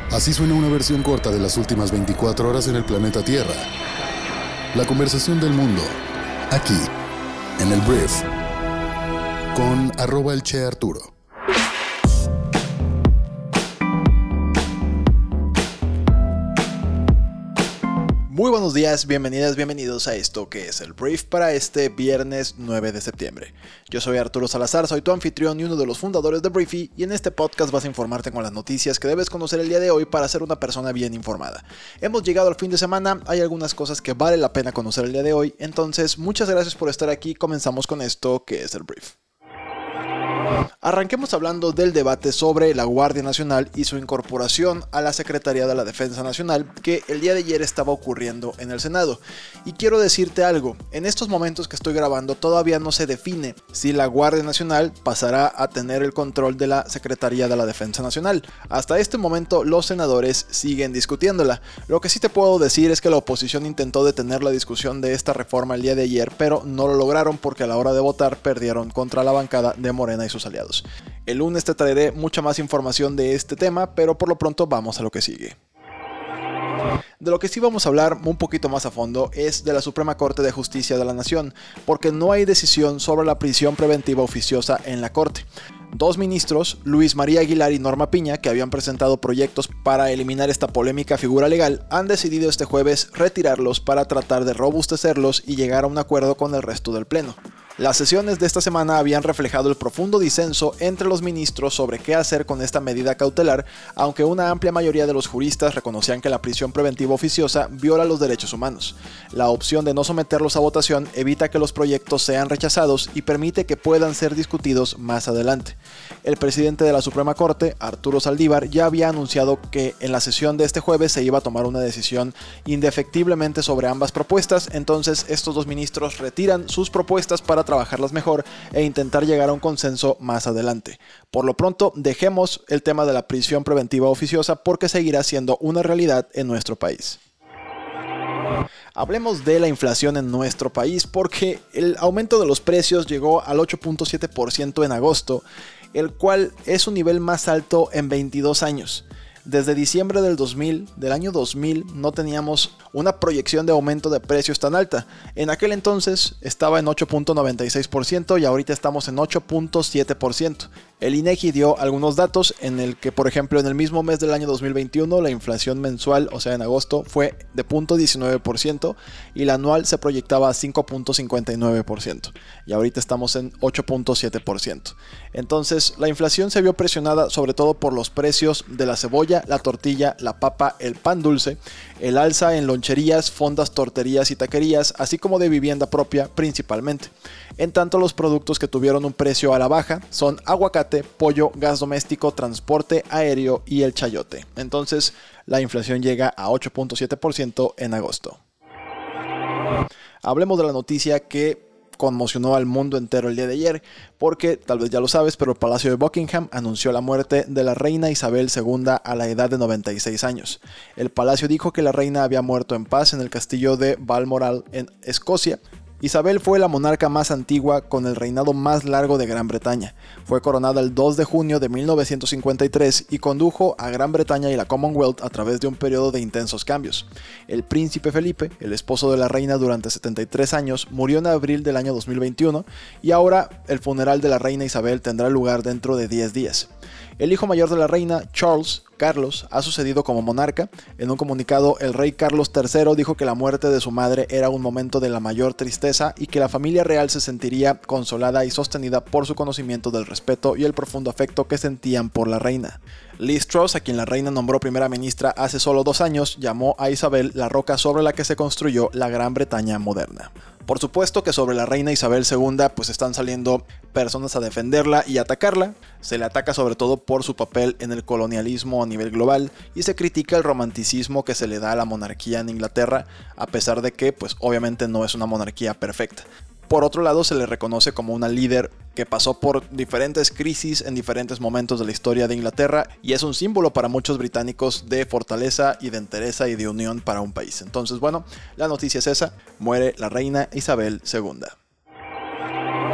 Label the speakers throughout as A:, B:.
A: Así suena una versión corta de las últimas 24 horas en el planeta Tierra. La conversación del mundo, aquí, en el Brief, con @elCheArturo.
B: Muy buenos días, bienvenidas, bienvenidos a esto que es el Brief para este viernes 9 de septiembre. Yo soy Arturo Salazar, soy tu anfitrión y uno de los fundadores de Briefy, y en este podcast vas a informarte con las noticias que debes conocer el día de hoy para ser una persona bien informada. Hemos llegado al fin de semana, hay algunas cosas que vale la pena conocer el día de hoy, entonces muchas gracias por estar aquí, comenzamos con esto que es el Brief. Arranquemos hablando del debate sobre la Guardia Nacional y su incorporación a la Secretaría de la Defensa Nacional que el día de ayer estaba ocurriendo en el Senado. Y quiero decirte algo, en estos momentos que estoy grabando todavía no se define si la Guardia Nacional pasará a tener el control de la Secretaría de la Defensa Nacional. Hasta este momento los senadores siguen discutiéndola. Lo que sí te puedo decir es que la oposición intentó detener la discusión de esta reforma el día de ayer, pero no lo lograron porque a la hora de votar perdieron contra la bancada de Morena y sus aliados. El lunes te traeré mucha más información de este tema, pero por lo pronto vamos a lo que sigue. De lo que sí vamos a hablar un poquito más a fondo es de la Suprema Corte de Justicia de la Nación, porque no hay decisión sobre la prisión preventiva oficiosa en la Corte. Dos ministros, Luis María Aguilar y Norma Piña, que habían presentado proyectos para eliminar esta polémica figura legal, han decidido este jueves retirarlos para tratar de robustecerlos y llegar a un acuerdo con el resto del Pleno. Las sesiones de esta semana habían reflejado el profundo disenso entre los ministros sobre qué hacer con esta medida cautelar, aunque una amplia mayoría de los juristas reconocían que la prisión preventiva oficiosa viola los derechos humanos. La opción de no someterlos a votación evita que los proyectos sean rechazados y permite que puedan ser discutidos más adelante. El presidente de la Suprema Corte, Arturo Saldívar, ya había anunciado que en la sesión de este jueves se iba a tomar una decisión indefectiblemente sobre ambas propuestas, entonces estos dos ministros retiran sus propuestas para trabajarlas mejor e intentar llegar a un consenso más adelante. Por lo pronto, dejemos el tema de la prisión preventiva oficiosa porque seguirá siendo una realidad en nuestro país. Hablemos de la inflación en nuestro país porque el aumento de los precios llegó al 8.7% en agosto, el cual es un nivel más alto en 22 años. Desde diciembre del año 2000 no teníamos una proyección de aumento de precios tan alta. En aquel entonces estaba en 8.96% y ahorita estamos en 8.7%. El INEGI dio algunos datos en el que, por ejemplo, en el mismo mes del año 2021 la inflación mensual, o sea en agosto, fue de 0.19% y la anual se proyectaba a 5.59% y ahorita estamos en 8.7%. Entonces la inflación se vio presionada sobre todo por los precios de la cebolla, la tortilla, la papa, el pan dulce, el alza en loncherías, fondas, torterías y taquerías, así como de vivienda propia principalmente. En tanto, los productos que tuvieron un precio a la baja son aguacate, pollo, gas doméstico, transporte aéreo y el chayote. Entonces, la inflación llega a 8.7% en agosto. Hablemos de la noticia que conmocionó al mundo entero el día de ayer, porque tal vez ya lo sabes, pero el Palacio de Buckingham anunció la muerte de la reina Isabel II a la edad de 96 años. El palacio dijo que la reina había muerto en paz en el castillo de Balmoral en Escocia. Isabel fue la monarca más antigua con el reinado más largo de Gran Bretaña. Fue coronada el 2 de junio de 1953 y condujo a Gran Bretaña y la Commonwealth a través de un periodo de intensos cambios. El príncipe Felipe, el esposo de la reina durante 73 años, murió en abril del año 2021 y ahora el funeral de la reina Isabel tendrá lugar dentro de 10 días. El hijo mayor de la reina, Charles, Carlos, ha sucedido como monarca. En un comunicado, el rey Carlos III dijo que la muerte de su madre era un momento de la mayor tristeza y que la familia real se sentiría consolada y sostenida por su conocimiento del respeto y el profundo afecto que sentían por la reina. Liz Truss, a quien la reina nombró primera ministra hace solo 2 años, llamó a Isabel la roca sobre la que se construyó la Gran Bretaña moderna. Por supuesto que sobre la reina Isabel II pues están saliendo personas a defenderla y atacarla. Se le ataca sobre todo por su papel en el colonialismo a nivel global y se critica el romanticismo que se le da a la monarquía en Inglaterra, a pesar de que pues obviamente no es una monarquía perfecta. Por otro lado, se le reconoce como una líder que pasó por diferentes crisis en diferentes momentos de la historia de Inglaterra y es un símbolo para muchos británicos de fortaleza y de entereza y de unión para un país. Entonces, bueno, la noticia es esa: muere la reina Isabel II.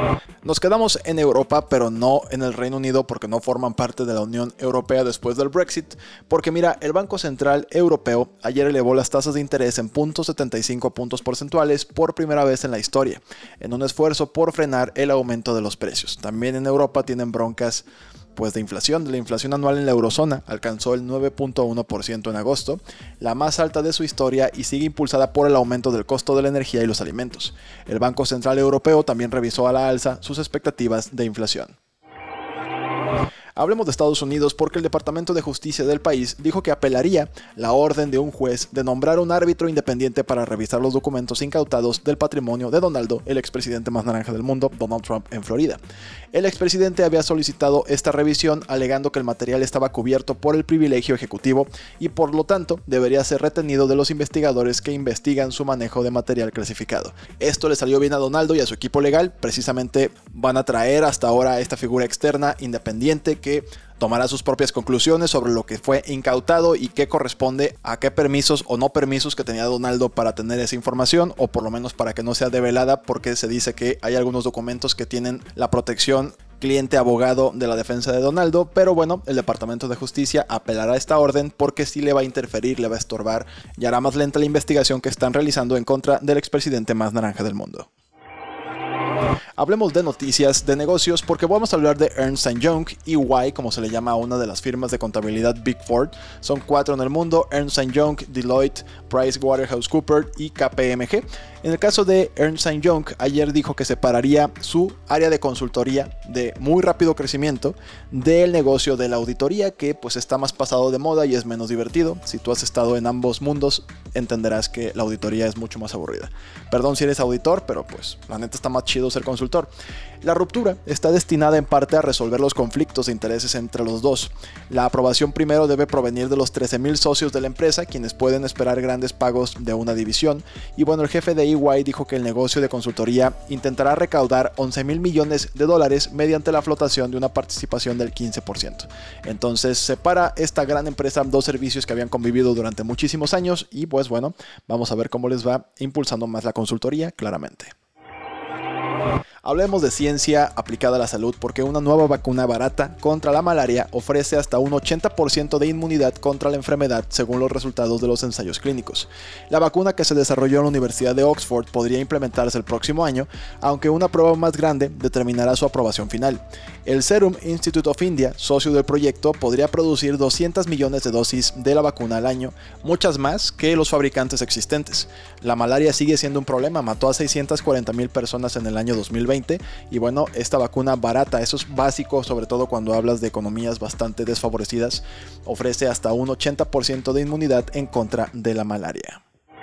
B: Nos quedamos en Europa, pero no en el Reino Unido porque no forman parte de la Unión Europea después del Brexit, porque mira, el Banco Central Europeo ayer elevó las tasas de interés en 0.75 puntos porcentuales por primera vez en la historia, en un esfuerzo por frenar el aumento de los precios. También en Europa tienen broncas de inflación. La inflación anual en la eurozona alcanzó el 9.1% en agosto, la más alta de su historia, y sigue impulsada por el aumento del costo de la energía y los alimentos. El Banco Central Europeo también revisó a la alza sus expectativas de inflación. Hablemos de Estados Unidos porque el Departamento de Justicia del país dijo que apelaría la orden de un juez de nombrar un árbitro independiente para revisar los documentos incautados del patrimonio de Donaldo, el expresidente más naranja del mundo, Donald Trump, en Florida. El expresidente había solicitado esta revisión alegando que el material estaba cubierto por el privilegio ejecutivo y por lo tanto debería ser retenido de los investigadores que investigan su manejo de material clasificado. Esto le salió bien a Donaldo y a su equipo legal. Precisamente van a traer hasta ahora a esta figura externa independiente que tomará sus propias conclusiones sobre lo que fue incautado y qué corresponde a qué permisos o no permisos que tenía Donaldo para tener esa información, o por lo menos para que no sea develada, porque se dice que hay algunos documentos que tienen la protección cliente-abogado de la defensa de Donaldo, pero bueno, el Departamento de Justicia apelará a esta orden porque sí le va a interferir, le va a estorbar y hará más lenta la investigación que están realizando en contra del expresidente más naranja del mundo. Hablemos de noticias de negocios porque vamos a hablar de Ernst & Young, EY, como se le llama a una de las firmas de contabilidad Big Four. Son 4 en el mundo: Ernst & Young, Deloitte, PricewaterhouseCoopers y KPMG. En el caso de Ernst & Young, ayer dijo que separaría su área de consultoría de muy rápido crecimiento del negocio de la auditoría, que pues está más pasado de moda y es menos divertido. Si tú has estado en ambos mundos, entenderás que la auditoría es mucho más aburrida. Perdón si eres auditor, pero pues la neta está más chido ser consultor. La ruptura está destinada en parte a resolver los conflictos de intereses entre los dos. La aprobación primero debe provenir de los 13,000 socios de la empresa, quienes pueden esperar grandes pagos de una división. Y bueno, el jefe de EY dijo que el negocio de consultoría intentará recaudar $11,000 millones mediante la flotación de una participación del 15%. Entonces separa esta gran empresa dos servicios que habían convivido durante muchísimos años y pues bueno, vamos a ver cómo les va impulsando más la consultoría, claramente. Hablemos de ciencia aplicada a la salud porque una nueva vacuna barata contra la malaria ofrece hasta un 80% de inmunidad contra la enfermedad según los resultados de los ensayos clínicos. La vacuna que se desarrolló en la Universidad de Oxford podría implementarse el próximo año, aunque una prueba más grande determinará su aprobación final. El Serum Institute of India, socio del proyecto, podría producir 200 millones de dosis de la vacuna al año, muchas más que los fabricantes existentes. La malaria sigue siendo un problema, mató a 640,000 personas en el año 2020 y bueno, esta vacuna barata, eso es básico, sobre todo cuando hablas de economías bastante desfavorecidas, ofrece hasta un 80% de inmunidad en contra de la malaria.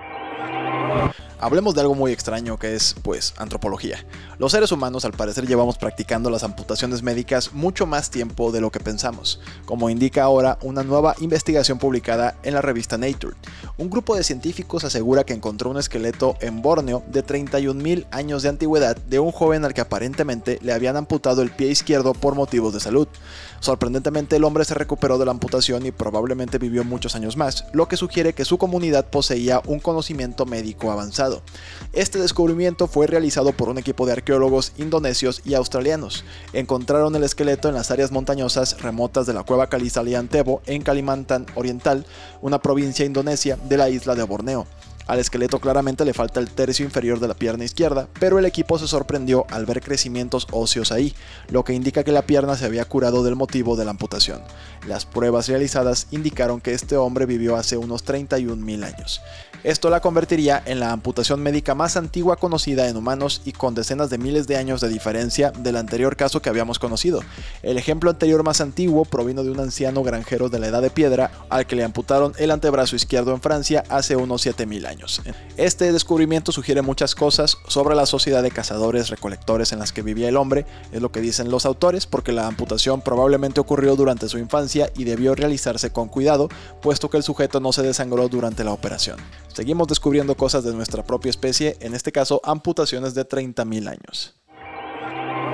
B: Hablemos de algo muy extraño que es, pues, antropología. Los seres humanos al parecer llevamos practicando las amputaciones médicas mucho más tiempo de lo que pensamos, como indica ahora una nueva investigación publicada en la revista Nature. Un grupo de científicos asegura que encontró un esqueleto en Borneo de 31,000 años de antigüedad de un joven al que aparentemente le habían amputado el pie izquierdo por motivos de salud. Sorprendentemente, el hombre se recuperó de la amputación y probablemente vivió muchos años más, lo que sugiere que su comunidad poseía un conocimiento médico avanzado. Este descubrimiento fue realizado por un equipo de arqueólogos indonesios y australianos. Encontraron el esqueleto en las áreas montañosas remotas de la cueva Kalisaliantebo en Kalimantan Oriental, una provincia indonesia de la isla de Borneo. Al esqueleto claramente le falta el tercio inferior de la pierna izquierda, pero el equipo se sorprendió al ver crecimientos óseos ahí, lo que indica que la pierna se había curado del motivo de la amputación. Las pruebas realizadas indicaron que este hombre vivió hace unos 31,000 años. Esto la convertiría en la amputación médica más antigua conocida en humanos y con decenas de miles de años de diferencia del anterior caso que habíamos conocido. El ejemplo anterior más antiguo provino de un anciano granjero de la Edad de Piedra al que le amputaron el antebrazo izquierdo en Francia hace unos 7,000 años. Este descubrimiento sugiere muchas cosas sobre la sociedad de cazadores-recolectores en las que vivía el hombre, es lo que dicen los autores, porque la amputación probablemente ocurrió durante su infancia y debió realizarse con cuidado, puesto que el sujeto no se desangró durante la operación. Seguimos descubriendo cosas de nuestra propia especie, en este caso amputaciones de 30,000 años.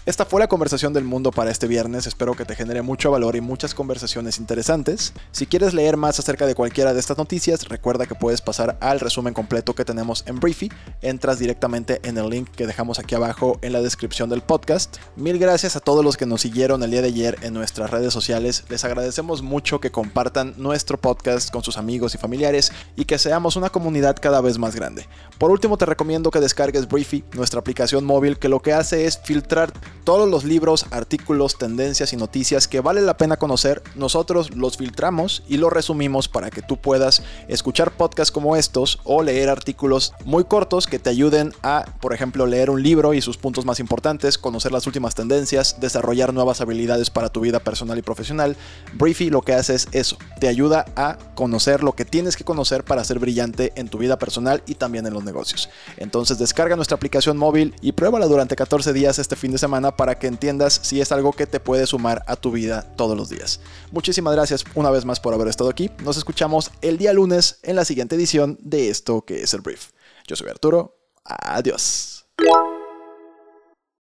B: Esta fue la conversación del mundo para este viernes. Espero que te genere mucho valor y muchas conversaciones interesantes. Si quieres leer más acerca de cualquiera de estas noticias, recuerda que puedes pasar al resumen completo que tenemos en Briefy. Entras directamente en el link que dejamos aquí abajo en la descripción del podcast. Mil gracias a todos los que nos siguieron el día de ayer en nuestras redes sociales. Les agradecemos mucho que compartan nuestro podcast con sus amigos y familiares y que seamos una comunidad cada vez más grande. Por último, te recomiendo que descargues Briefy, nuestra aplicación móvil, que lo que hace es filtrar todos los libros, artículos, tendencias y noticias que vale la pena conocer. Nosotros los filtramos y los resumimos para que tú puedas escuchar podcasts como estos o leer artículos muy cortos que te ayuden a, por ejemplo, leer un libro y sus puntos más importantes, conocer las últimas tendencias, desarrollar nuevas habilidades para tu vida personal y profesional. Briefy lo que hace es eso, te ayuda a conocer lo que tienes que conocer para ser brillante en tu vida personal y también en los negocios. Entonces descarga nuestra aplicación móvil y pruébala durante 14 días este fin de semana para que entiendas si es algo que te puede sumar a tu vida todos los días. Muchísimas gracias una vez más por haber estado aquí. Nos escuchamos el día lunes en la siguiente edición de esto que es el Brief. Yo soy Arturo. Adiós.